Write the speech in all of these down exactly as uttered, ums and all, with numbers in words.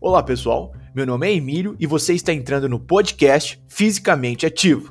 Olá pessoal, meu nome é Emílio e você está entrando no podcast Fisicamente Ativo.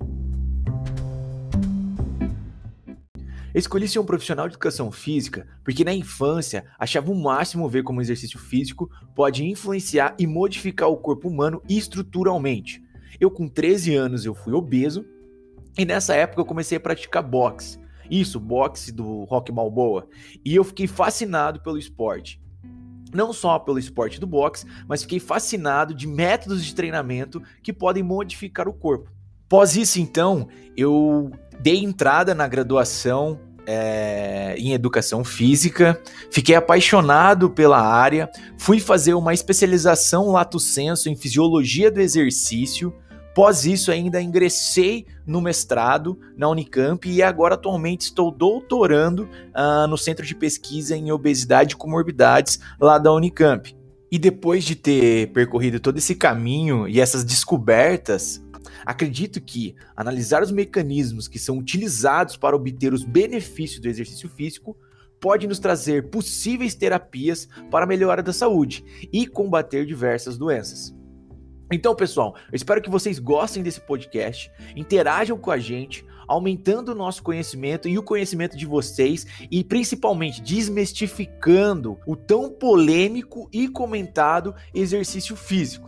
Eu escolhi ser um profissional de educação física porque na infância achava o máximo ver como o exercício físico pode influenciar e modificar o corpo humano estruturalmente. Eu com treze anos eu fui obeso e nessa época eu comecei a praticar boxe. Isso, boxe do Rocky Balboa. E eu fiquei fascinado pelo esporte. Não só pelo esporte do boxe, mas fiquei fascinado de métodos de treinamento que podem modificar o corpo. Após isso, então, eu dei entrada na graduação é, em Educação Física, fiquei apaixonado pela área, fui fazer uma especialização lato sensu em Fisiologia do Exercício. Após isso, ainda ingressei no mestrado na Unicamp e agora atualmente estou doutorando uh, no Centro de Pesquisa em Obesidade e Comorbidades lá da Unicamp. E depois de ter percorrido todo esse caminho e essas descobertas, acredito que analisar os mecanismos que são utilizados para obter os benefícios do exercício físico pode nos trazer possíveis terapias para a melhora da saúde e combater diversas doenças. Então, pessoal, eu espero que vocês gostem desse podcast, interajam com a gente, aumentando o nosso conhecimento e o conhecimento de vocês e, principalmente, desmistificando o tão polêmico e comentado exercício físico.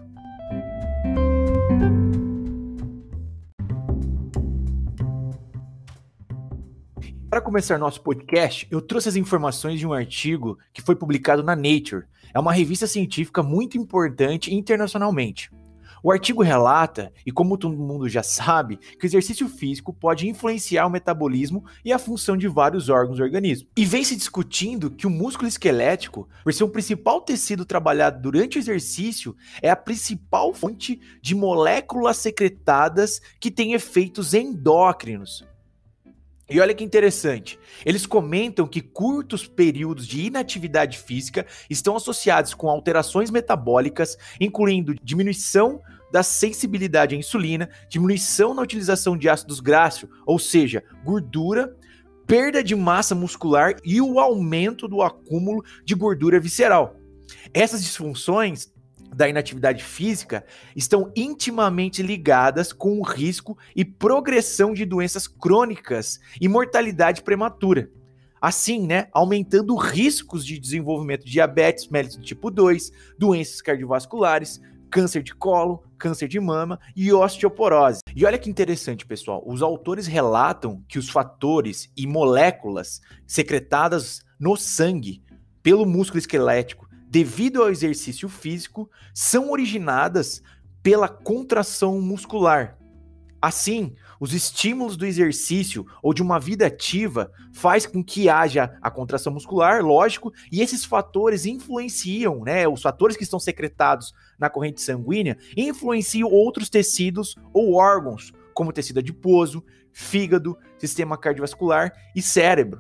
Para começar nosso podcast, eu trouxe as informações de um artigo que foi publicado na Nature. É uma revista científica muito importante internacionalmente. O artigo relata, e como todo mundo já sabe, que o exercício físico pode influenciar o metabolismo e a função de vários órgãos do organismo. E vem se discutindo que o músculo esquelético, por ser o principal tecido trabalhado durante o exercício, é a principal fonte de moléculas secretadas que têm efeitos endócrinos. E olha que interessante, eles comentam que curtos períodos de inatividade física estão associados com alterações metabólicas, incluindo diminuição da sensibilidade à insulina, diminuição na utilização de ácidos graxos, ou seja, gordura, perda de massa muscular e o aumento do acúmulo de gordura visceral. Essas disfunções da inatividade física estão intimamente ligadas com o risco e progressão de doenças crônicas e mortalidade prematura. Assim, né, aumentando riscos de desenvolvimento de diabetes mellitus tipo dois, doenças cardiovasculares, câncer de colo, câncer de mama e osteoporose. E olha que interessante, pessoal, os autores relatam que os fatores e moléculas secretadas no sangue pelo músculo esquelético devido ao exercício físico, são originadas pela contração muscular. Assim, os estímulos do exercício ou de uma vida ativa faz com que haja a contração muscular, lógico, e esses fatores influenciam, né, os fatores que estão secretados na corrente sanguínea, influenciam outros tecidos ou órgãos, como tecido adiposo, fígado, sistema cardiovascular e cérebro.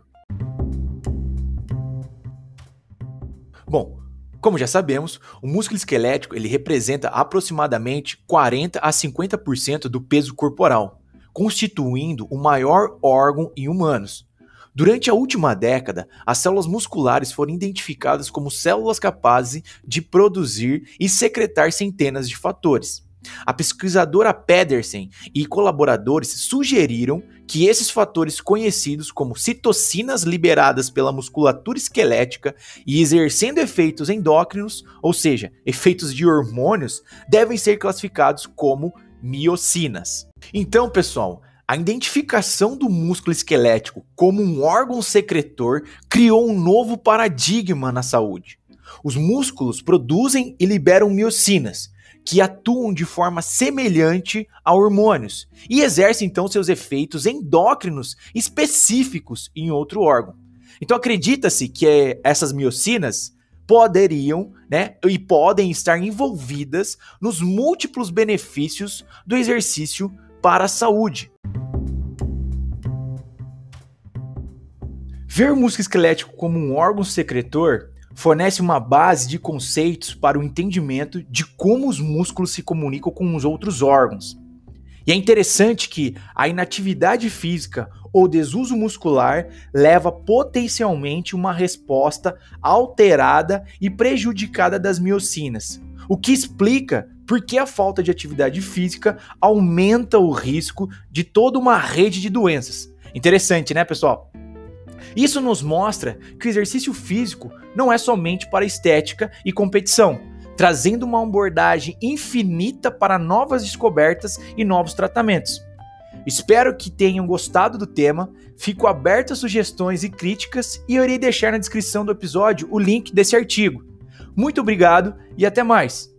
Bom, como já sabemos, o músculo esquelético ele representa aproximadamente quarenta a cinquenta por cento do peso corporal, constituindo o maior órgão em humanos. Durante a última década, as células musculares foram identificadas como células capazes de produzir e secretar centenas de fatores. A pesquisadora Pedersen e colaboradores sugeriram que esses fatores conhecidos como citocinas liberadas pela musculatura esquelética e exercendo efeitos endócrinos, ou seja, efeitos de hormônios, devem ser classificados como miocinas. Então, pessoal, a identificação do músculo esquelético como um órgão secretor criou um novo paradigma na saúde. Os músculos produzem e liberam miocinas, que atuam de forma semelhante a hormônios e exercem então seus efeitos endócrinos específicos em outro órgão. Então acredita-se que essas miocinas poderiam, né, e podem estar envolvidas nos múltiplos benefícios do exercício para a saúde. Ver o músculo esquelético como um órgão secretor fornece uma base de conceitos para o entendimento de como os músculos se comunicam com os outros órgãos. E é interessante que a inatividade física ou desuso muscular leva potencialmente uma resposta alterada e prejudicada das miocinas, o que explica por que a falta de atividade física aumenta o risco de toda uma rede de doenças. Interessante, né, pessoal? Isso nos mostra que o exercício físico não é somente para estética e competição, trazendo uma abordagem infinita para novas descobertas e novos tratamentos. Espero que tenham gostado do tema, fico aberto a sugestões e críticas e eu irei deixar na descrição do episódio o link desse artigo. Muito obrigado e até mais!